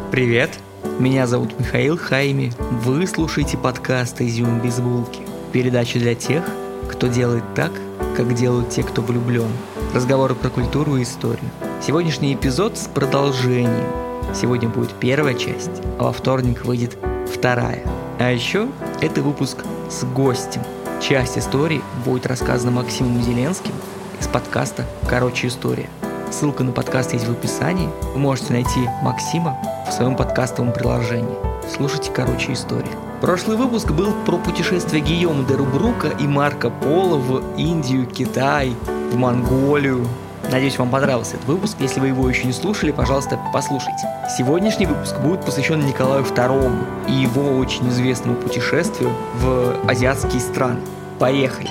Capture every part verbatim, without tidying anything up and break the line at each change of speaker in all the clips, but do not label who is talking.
Привет, меня зовут Михаил Хайми, вы слушаете подкаст «Изюм без булки», передачу для тех, кто делает так, как делают те, кто влюблен. Разговоры про культуру и историю. Сегодняшний эпизод с продолжением. Сегодня будет первая часть, а во вторник выйдет вторая. А еще это выпуск с гостем. Часть истории будет рассказана Максимом Зеленским из подкаста «Короче, история». Ссылка на подкаст есть в описании. Вы можете найти Максима в своем подкастовом приложении. Слушайте «Короче, история». Прошлый выпуск был про путешествие Гийома де Рубрука и Марко Поло в Индию, Китай, в Монголию. Надеюсь, вам понравился этот выпуск. Если вы его еще не слушали, пожалуйста, послушайте. Сегодняшний выпуск будет посвящен Николаю второму и его очень известному путешествию в азиатские страны. Поехали!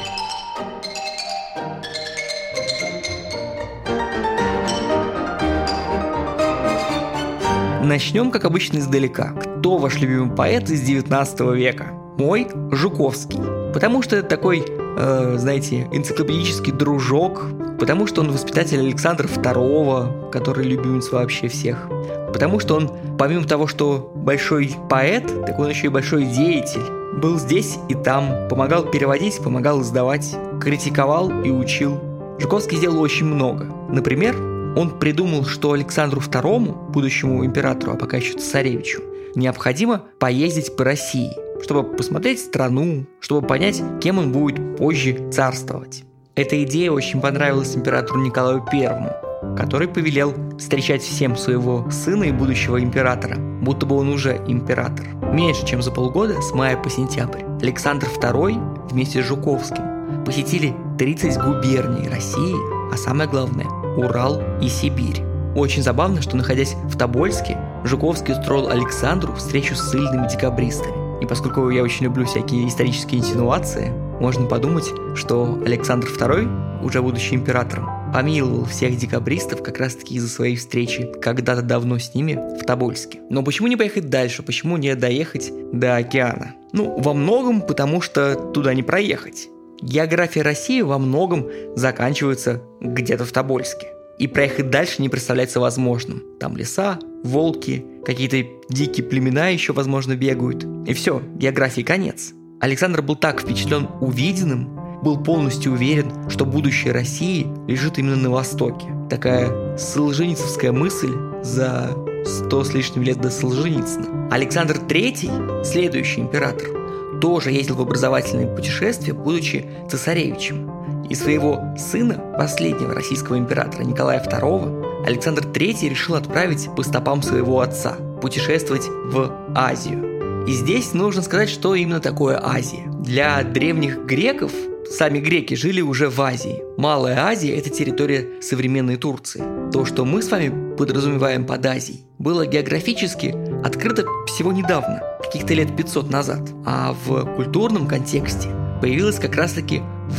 Начнем, как обычно, издалека. Кто ваш любимый поэт из девятнадцатого века? Мой – Жуковский. Потому что это такой, э, знаете, энциклопедический дружок. Потому что он воспитатель Александра второго, который любимец вообще всех. Потому что он, помимо того, что большой поэт, так он еще и большой деятель. Был здесь и там, помогал переводить, помогал издавать, критиковал и учил. Жуковский сделал очень много. Например, он придумал, что Александру второму, будущему императору, а пока еще цесаревичу, необходимо поездить по России, чтобы посмотреть страну, чтобы понять, кем он будет позже царствовать. Эта идея очень понравилась императору Николаю Первому, который повелел встречать всем своего сына и будущего императора, будто бы он уже император. Меньше чем за полгода, с мая по сентябрь, Александр второй вместе с Жуковским посетили тридцать губерний России, а самое главное – Урал и Сибирь. Очень забавно, что, находясь в Тобольске, Жуковский устроил Александру встречу с ссыльными декабристами. И поскольку я очень люблю всякие исторические инсинуации, можно подумать, что Александр второй, уже будучи императором, помиловал всех декабристов как раз-таки из-за своей встречи когда-то давно с ними в Тобольске. Но почему не поехать дальше? Почему не доехать до океана? Ну, во многом потому, что туда не проехать. География России во многом заканчивается где-то в Тобольске. И проехать дальше не представляется возможным. Там леса, волки, какие-то дикие племена еще, возможно, бегают. И все, географии конец. Александр был так впечатлен увиденным, был полностью уверен, что будущее России лежит именно на востоке. Такая солженицовская мысль за сто с лишним лет до Солженицына. Александр третий, следующий император, тоже ездил в образовательные путешествия, будучи цесаревичем. И своего сына, последнего российского императора Николая второго, Александр третий решил отправить по стопам своего отца, путешествовать в Азию. И здесь нужно сказать, что именно такое Азия. Для древних греков сами греки жили уже в Азии. Малая Азия – это территория современной Турции. То, что мы с вами подразумеваем под Азией, было географически открыто всего недавно, каких-то лет пятьсот назад. А в культурном контексте появилось как раз-таки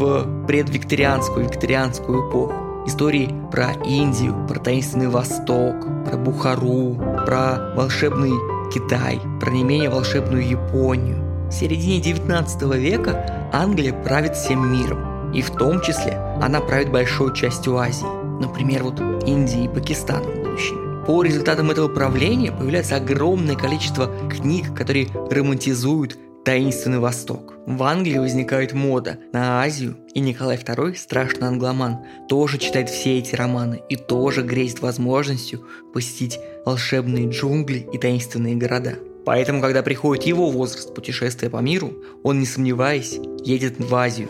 в предвикторианскую, викторианскую эпоху. Истории про Индию, про таинственный Восток, про Бухару, про волшебный Китай, про не менее волшебную Японию. В середине девятнадцатого века Англия правит всем миром, и в том числе она правит большой частью Азии, например, вот Индией и Пакистаном будущими. По результатам этого правления появляется огромное количество книг, которые романтизуют таинственный Восток. В Англии возникает мода на Азию, и Николай второй, страшный англоман, тоже читает все эти романы и тоже грезит возможностью посетить волшебные джунгли и таинственные города. Поэтому, когда приходит его возраст путешествия по миру, он, не сомневаясь, едет в Азию.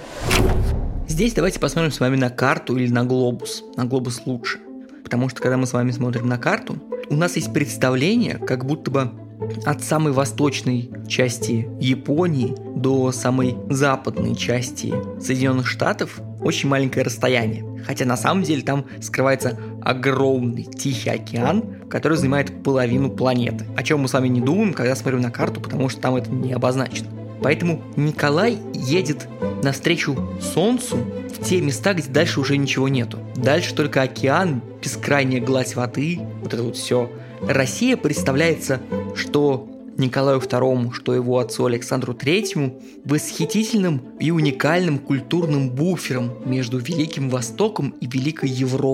Здесь давайте посмотрим с вами на карту или на глобус. На глобус лучше. Потому что, когда мы с вами смотрим на карту, у нас есть представление, как будто бы от самой восточной части Японии до самой западной части Соединенных Штатов очень маленькое расстояние. Хотя на самом деле там скрывается огромный Тихий океан, который занимает половину планеты. О чем мы с вами не думаем, когда смотрим на карту, потому что там это не обозначено. Поэтому Николай едет навстречу Солнцу в те места, где дальше уже ничего нету. Дальше только океан, бескрайняя гладь воды, вот это вот все. Россия представляется, что Николаю второму, что его отцу Александру третьему, восхитительным и уникальным культурным буфером между Великим Востоком и Великой Европой.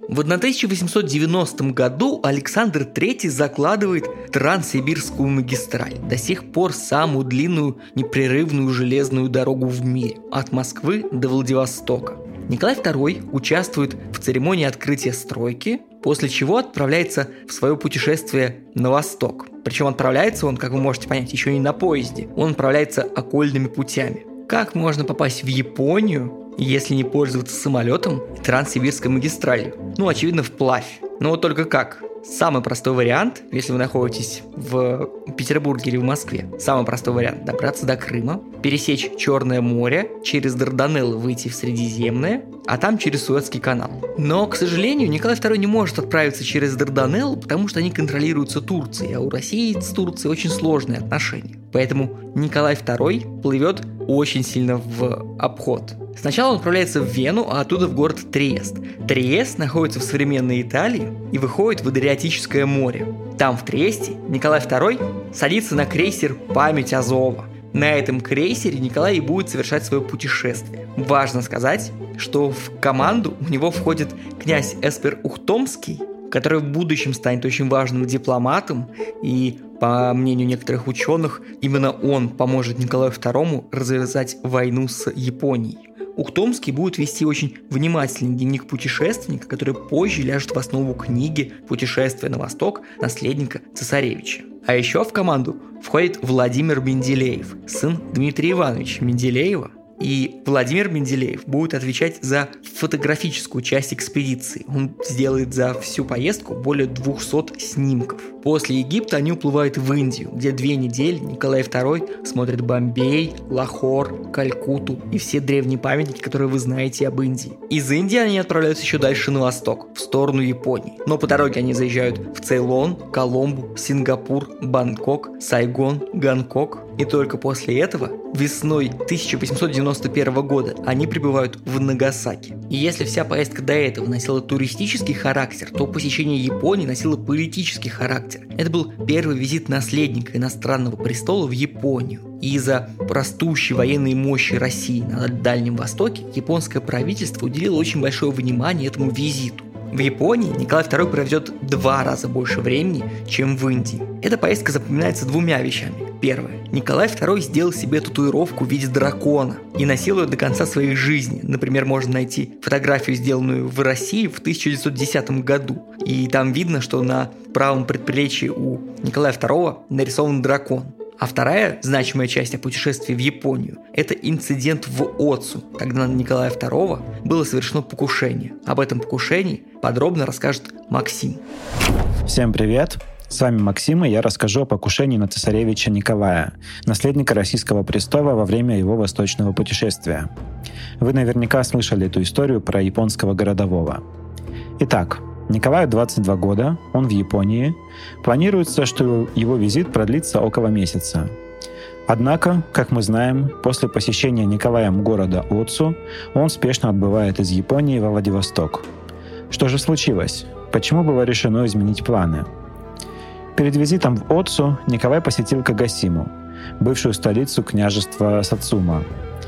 В тысяча восемьсот девяностом году Александр третий закладывает Транссибирскую магистраль, до сих пор самую длинную непрерывную железную дорогу в мире, от Москвы до Владивостока. Николай второй участвует в церемонии открытия стройки, после чего отправляется в свое путешествие на восток. Причем отправляется он, как вы можете понять, еще не на поезде, он отправляется окольными путями. Как можно попасть в Японию, если не пользоваться самолетом и Транссибирской магистралью? Ну, очевидно, вплавь. Но вот только как? Самый простой вариант, если вы находитесь в Петербурге или в Москве, самый простой вариант – добраться до Крыма, пересечь Черное море, через Дарданеллы выйти в Средиземное, а там через Суэцкий канал. Но, к сожалению, Николай второй не может отправиться через Дарданеллы, потому что они контролируются Турцией, а у России с Турцией очень сложные отношения. Поэтому Николай второй плывет очень сильно в обход. Сначала он отправляется в Вену, а оттуда в город Триест. Триест находится в современной Италии и выходит в Адриатическое море. Там, в Триесте, Николай второй садится на крейсер «Память Азова». На этом крейсере Николай и будет совершать свое путешествие. Важно сказать, что в команду у него входит князь Эспер Ухтомский, который в будущем станет очень важным дипломатом, и, по мнению некоторых ученых, именно он поможет Николаю второму развязать войну с Японией. Ухтомский будет вести очень внимательный дневник путешественника, который позже ляжет в основу книги «Путешествие на восток» наследника цесаревича. А еще в команду входит Владимир Менделеев, сын Дмитрия Ивановича Менделеева. И Владимир Менделеев будет отвечать за фотографическую часть экспедиции. Он сделает за всю поездку более двухсот снимков. После Египта они уплывают в Индию, где две недели Николай второй смотрит Бомбей, Лахор, Калькутту и все древние памятники, которые вы знаете об Индии. Из Индии они отправляются еще дальше на восток, в сторону Японии. Но по дороге они заезжают в Цейлон, Коломбу, Сингапур, Бангкок, Сайгон, Гонконг. И только после этого, весной тысяча восемьсот девяносто первого года, они прибывают в Нагасаки. И если вся поездка до этого носила туристический характер, то посещение Японии носило политический характер. Это был первый визит наследника иностранного престола в Японию. И из-за растущей военной мощи России на Дальнем Востоке японское правительство уделило очень большое внимание этому визиту. В Японии Николай второй проведет два раза больше времени, чем в Индии. Эта поездка запоминается двумя вещами. Первое. Николай второй сделал себе татуировку в виде дракона и носил ее до конца своей жизни. Например, можно найти фотографию, сделанную в России в тысяча девятьсот десятом году. И там видно, что на правом предплечье у Николая второго нарисован дракон. А вторая значимая часть о путешествии в Японию – это инцидент в Оцу, когда на Николая второго было совершено покушение. Об этом покушении подробно расскажет Максим.
Всем привет! С вами Максим, и я расскажу о покушении на цесаревича Николая, наследника российского престола во время его восточного путешествия. Вы наверняка слышали эту историю про японского городового. Итак, Николаю двадцать два года, он в Японии. Планируется, что его визит продлится около месяца. Однако, как мы знаем, после посещения Николаем города Оцу, он спешно отбывает из Японии во Владивосток. Что же случилось? Почему было решено изменить планы? Перед визитом в Оцу Николай посетил Кагосиму, бывшую столицу княжества Сацума.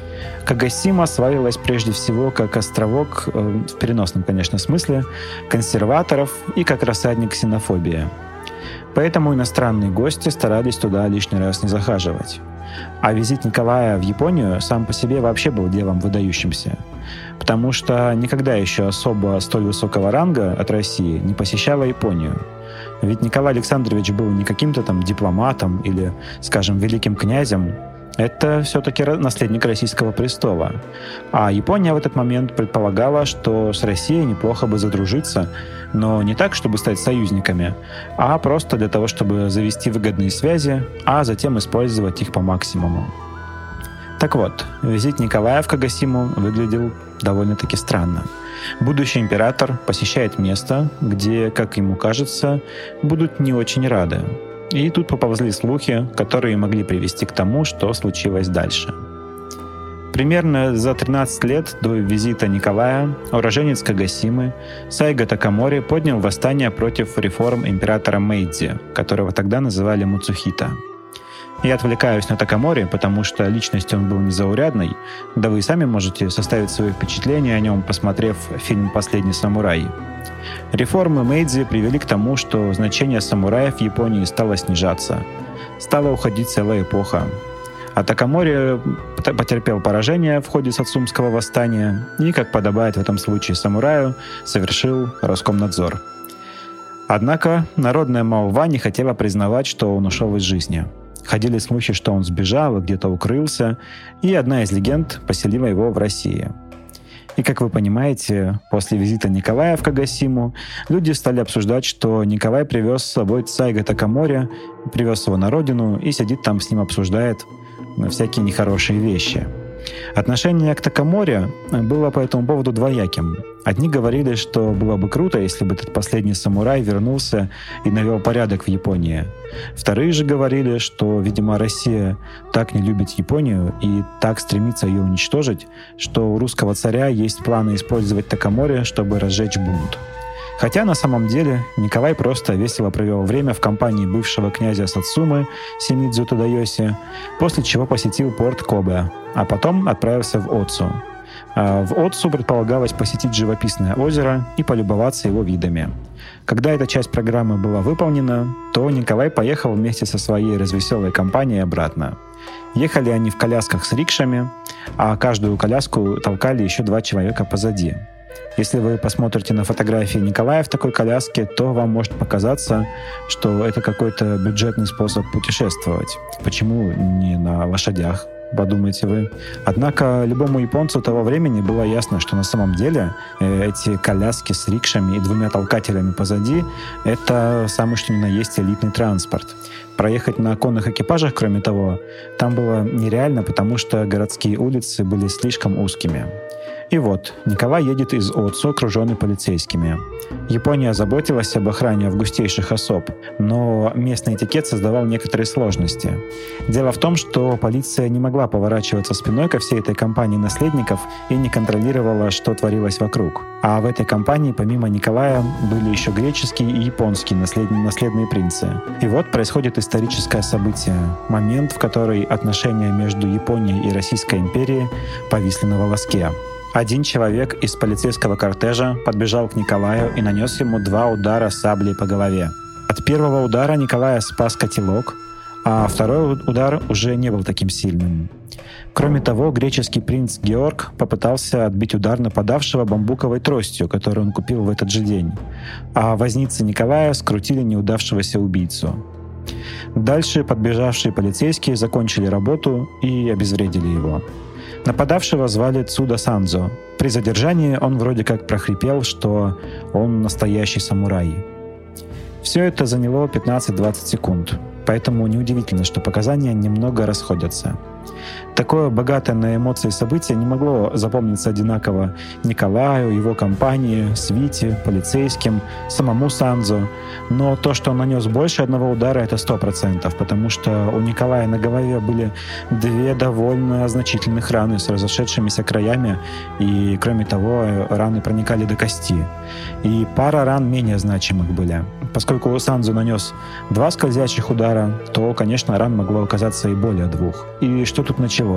Кагосима славилась прежде всего как островок, в переносном, конечно, смысле, консерваторов и как рассадник ксенофобии. Поэтому иностранные гости старались туда лишний раз не захаживать. А визит Николая в Японию сам по себе вообще был делом выдающимся, потому что никогда еще особо столь высокого ранга от России не посещала Японию. Ведь Николай Александрович был не каким-то там дипломатом или, скажем, великим князем. Это все-таки наследник российского престола. А Япония в этот момент предполагала, что с Россией неплохо бы задружиться, но не так, чтобы стать союзниками, а просто для того, чтобы завести выгодные связи, а затем использовать их по максимуму. Так вот, визит Николая в Кагосиму выглядел довольно-таки странно. Будущий император посещает место, где, как ему кажется, будут не очень рады. И тут поползли слухи, которые могли привести к тому, что случилось дальше. Примерно за тринадцать лет до визита Николая уроженец Кагосимы Сайго Такамори поднял восстание против реформ императора Мэйдзи, которого тогда называли Муцухита. Я отвлекаюсь на Такамори, потому что личность он был незаурядной, да вы и сами можете составить свои впечатления о нем, посмотрев фильм «Последний самурай». Реформы Мэйдзи привели к тому, что значение самураев в Японии стало снижаться. Стала уходить целая эпоха. А Такамори потерпел поражение в ходе Сацумского восстания и, как подобает в этом случае самураю, совершил Роскомнадзор. Однако народная молва не хотела признавать, что он ушел из жизни. Ходили слухи, что он сбежал и где-то укрылся, и одна из легенд поселила его в России. И, как вы понимаете, после визита Николая в Кагосиму люди стали обсуждать, что Николай привез с собой Сайго Такамори, привез его на родину и сидит там с ним, обсуждает всякие нехорошие вещи. Отношение к Такамори было по этому поводу двояким. Одни говорили, что было бы круто, если бы этот последний самурай вернулся и навел порядок в Японии. Вторые же говорили, что, видимо, Россия так не любит Японию и так стремится ее уничтожить, что у русского царя есть планы использовать Такамори, чтобы разжечь бунт. Хотя на самом деле Николай просто весело провел время в компании бывшего князя Сацумы Симидзу Тадайоси, после чего посетил порт Кобе, а потом отправился в Отсу. А в Отсу предполагалось посетить живописное озеро и полюбоваться его видами. Когда эта часть программы была выполнена, то Николай поехал вместе со своей развеселой компанией обратно. Ехали они в колясках с рикшами, а каждую коляску толкали еще два человека позади. Если вы посмотрите на фотографии Николая в такой коляске, то вам может показаться, что это какой-то бюджетный способ путешествовать. Почему не на лошадях, подумаете вы? Однако любому японцу того времени было ясно, что на самом деле эти коляски с рикшами и двумя толкателями позади — это самый что ни на есть элитный транспорт. Проехать на конных экипажах, кроме того, там было нереально, потому что городские улицы были слишком узкими. И вот, Николай едет из Отсу, окруженный полицейскими. Япония заботилась об охране августейших особ, но местный этикет создавал некоторые сложности. Дело в том, что полиция не могла поворачиваться спиной ко всей этой компании наследников и не контролировала, что творилось вокруг. А в этой компании, помимо Николая, были еще греческие и японские наследные, наследные принцы. И вот происходит историческое событие, момент, в который отношения между Японией и Российской империей повисли на волоске. Один человек из полицейского кортежа подбежал к Николаю и нанес ему два удара саблей по голове. От первого удара Николая спас котелок, а второй удар уже не был таким сильным. Кроме того, греческий принц Георг попытался отбить удар нападавшего бамбуковой тростью, которую он купил в этот же день, а возницы Николая скрутили неудавшегося убийцу. Дальше подбежавшие полицейские закончили работу и обезвредили его. Нападавшего звали Цуда Санзо. При задержании он вроде как прохрипел, что он настоящий самурай. Все это заняло пятнадцать-двадцать секунд, поэтому неудивительно, что показания немного расходятся. Такое богатое на эмоции событие не могло запомниться одинаково Николаю, его компании, свите, полицейским, самому Санзо. Но то, что он нанес больше одного удара, это сто процентов, потому что у Николая на голове были две довольно значительных раны с разошедшимися краями, и, кроме того, раны проникали до кости. И пара ран менее значимых были. Поскольку Санзо нанес два скользящих удара, то, конечно, ран могло оказаться и более двух. И что тут началось?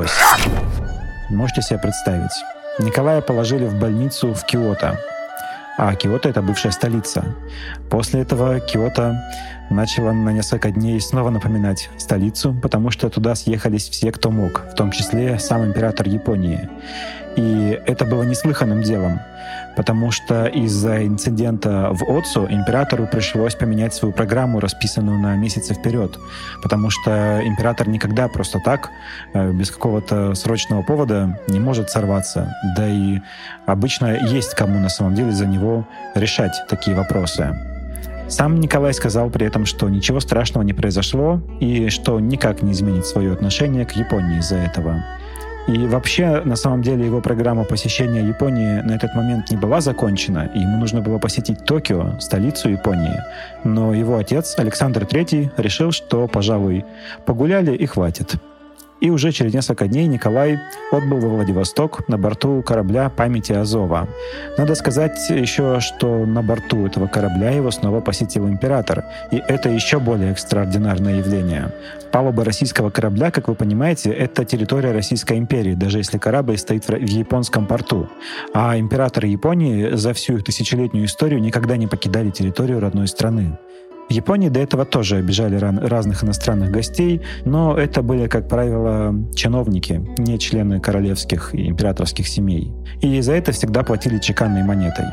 Можете себе представить. Николая положили в больницу в Киото. А Киото — это бывшая столица. После этого Киото начала на несколько дней снова напоминать столицу, потому что туда съехались все, кто мог, в том числе сам император Японии. И это было неслыханным делом, потому что из-за инцидента в Отсу императору пришлось поменять свою программу, расписанную на месяцы вперед, потому что император никогда просто так, без какого-то срочного повода, не может сорваться. Да и обычно есть кому на самом деле за него решать такие вопросы. Сам Николай сказал при этом, что ничего страшного не произошло и что никак не изменит свое отношение к Японии из-за этого. И вообще, на самом деле, его программа посещения Японии на этот момент не была закончена, и ему нужно было посетить Токио, столицу Японии. Но его отец, Александр Третий, решил, что, пожалуй, погуляли и хватит. И уже через несколько дней Николай отбыл во Владивосток на борту корабля «Памяти Азова». Надо сказать еще, что на борту этого корабля его снова посетил император. И это еще более экстраординарное явление. Палуба российского корабля, как вы понимаете, это территория Российской империи, даже если корабль стоит в японском порту. А императоры Японии за всю их тысячелетнюю историю никогда не покидали территорию родной страны. В Японии до этого тоже обижали разных иностранных гостей, но это были, как правило, чиновники, не члены королевских и императорских семей. И за это всегда платили чеканной монетой.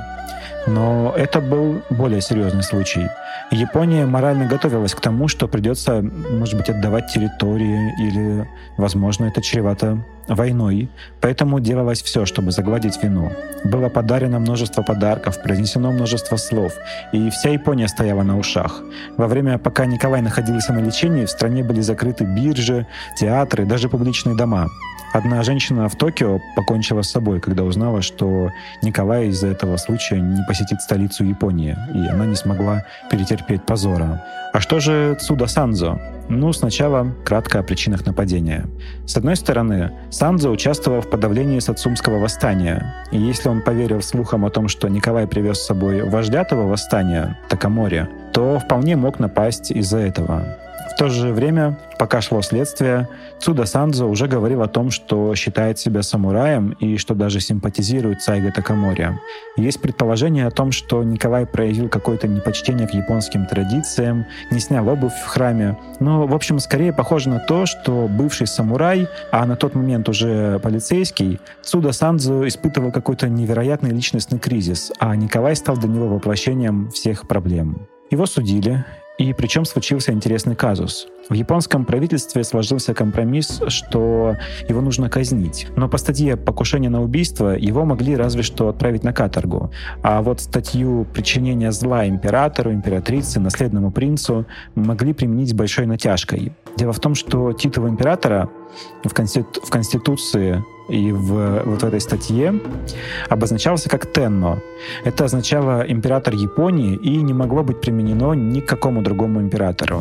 Но это был более серьезный случай. Япония морально готовилась к тому, что придется, может быть, отдавать территории или, возможно, это чревато войной. Поэтому делалось все, чтобы загладить вину. Было подарено множество подарков, произнесено множество слов, и вся Япония стояла на ушах. Во время, пока Николай находился на лечении, в стране были закрыты биржи, театры, даже публичные дома. Одна женщина в Токио покончила с собой, когда узнала, что Николай из-за этого случая не посетит столицу Японии, и она не смогла перетерпеть позора. А что же Цуда Сандзо? Ну, сначала кратко о причинах нападения. С одной стороны, Сандзо участвовал в подавлении Сацумского восстания, и если он поверил слухам о том, что Николай привез с собой вождя этого восстания, Такамори, то вполне мог напасть из-за этого. В то же время, пока шло следствие, Цуда Сандзо уже говорил о том, что считает себя самураем и что даже симпатизирует Сайго Такамори. Есть предположение о том, что Николай проявил какое-то непочтение к японским традициям, не снял обувь в храме. Но, в общем, скорее похоже на то, что бывший самурай, а на тот момент уже полицейский, Цуда Сандзо испытывал какой-то невероятный личностный кризис, а Николай стал для него воплощением всех проблем. Его судили. И причем случился интересный казус. В японском правительстве сложился компромисс, что его нужно казнить. Но по статье «Покушение на убийство» его могли разве что отправить на каторгу. А вот статью «Причинение зла императору, императрице, наследному принцу» могли применить с большой натяжкой. Дело в том, что титул императора в, конститу- в Конституции и в, вот в этой статье обозначался как «тенно». Это означало «император Японии» и не могло быть применено ни к какому другому императору.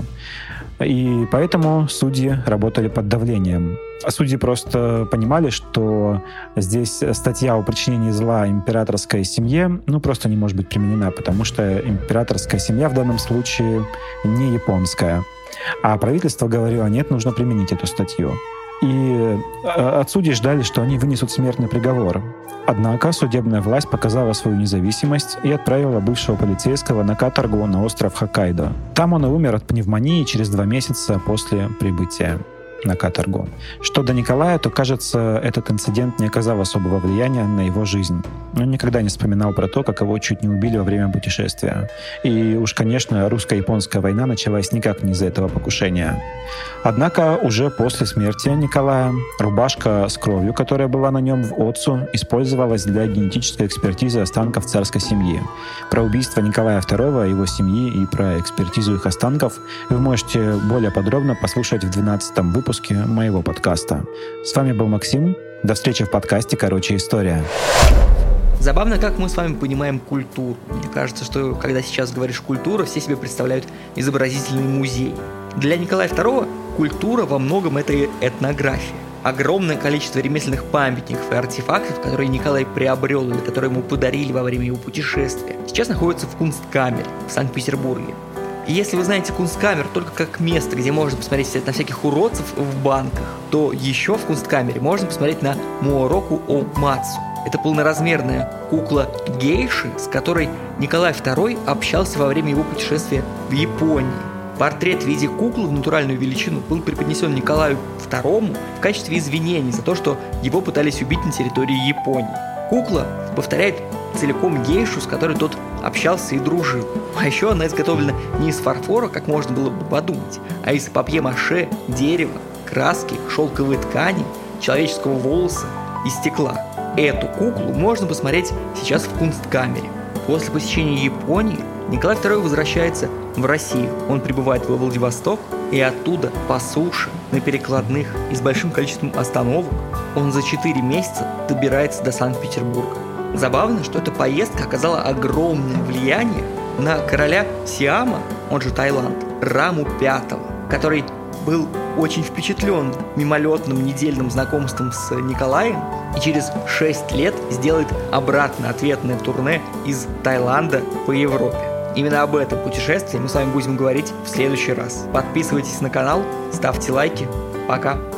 И поэтому судьи работали под давлением. А судьи просто понимали, что здесь статья о причинении зла императорской семье ну, просто не может быть применена, потому что императорская семья в данном случае не японская. А правительство говорило, нет, нужно применить эту статью. И от судей ждали, что они вынесут смертный приговор. Однако судебная власть показала свою независимость и отправила бывшего полицейского на каторгу на остров Хоккайдо. Там он и умер от пневмонии через два месяца после прибытия на каторгу. Что до Николая, то, кажется, этот инцидент не оказал особого влияния на его жизнь. Он никогда не вспоминал про то, как его чуть не убили во время путешествия. И уж, конечно, русско-японская война началась никак не из-за этого покушения. Однако уже после смерти Николая рубашка с кровью, которая была на нем в Отцу, использовалась для генетической экспертизы останков царской семьи. Про убийство Николая второго, его семьи и про экспертизу их останков вы можете более подробно послушать в двенадцатом выпуске моего подкаста. С вами был Максим. До встречи в подкасте «Короче, история».
Забавно, как мы с вами понимаем культуру. Мне кажется, что когда сейчас говоришь «культура», все себе представляют изобразительный музей. Для Николая второго культура во многом это этнография. Огромное количество ремесленных памятников и артефактов, которые Николай приобрел или которые ему подарили во время его путешествия, сейчас находятся в Кунсткамере в Санкт-Петербурге. И если вы знаете Кунсткамеру только как место, где можно посмотреть на всяких уродцев в банках, то еще в Кунсткамере можно посмотреть на Муороку о Мацу. Это полноразмерная кукла гейши, с которой Николай второй общался во время его путешествия в Японии. Портрет в виде куклы в натуральную величину был преподнесен Николаю второму в качестве извинений за то, что его пытались убить на территории Японии. Кукла повторяет целиком гейшу, с которой тот общался и дружил. А еще она изготовлена не из фарфора, как можно было бы подумать, а из папье-маше, дерева, краски, шелковой ткани, человеческого волоса и стекла. Эту куклу можно посмотреть сейчас в Кунсткамере. После посещения Японии Николай второй возвращается в Россию. Он прибывает во Владивосток, и оттуда по суше, на перекладных и с большим количеством остановок он за четыре месяца добирается до Санкт-Петербурга. Забавно, что эта поездка оказала огромное влияние на короля Сиама, он же Таиланд, Раму пятого, который был очень впечатлен мимолетным недельным знакомством с Николаем и через шесть лет сделает обратно ответное турне из Таиланда по Европе. Именно об этом путешествии мы с вами будем говорить в следующий раз. Подписывайтесь на канал, ставьте лайки. Пока!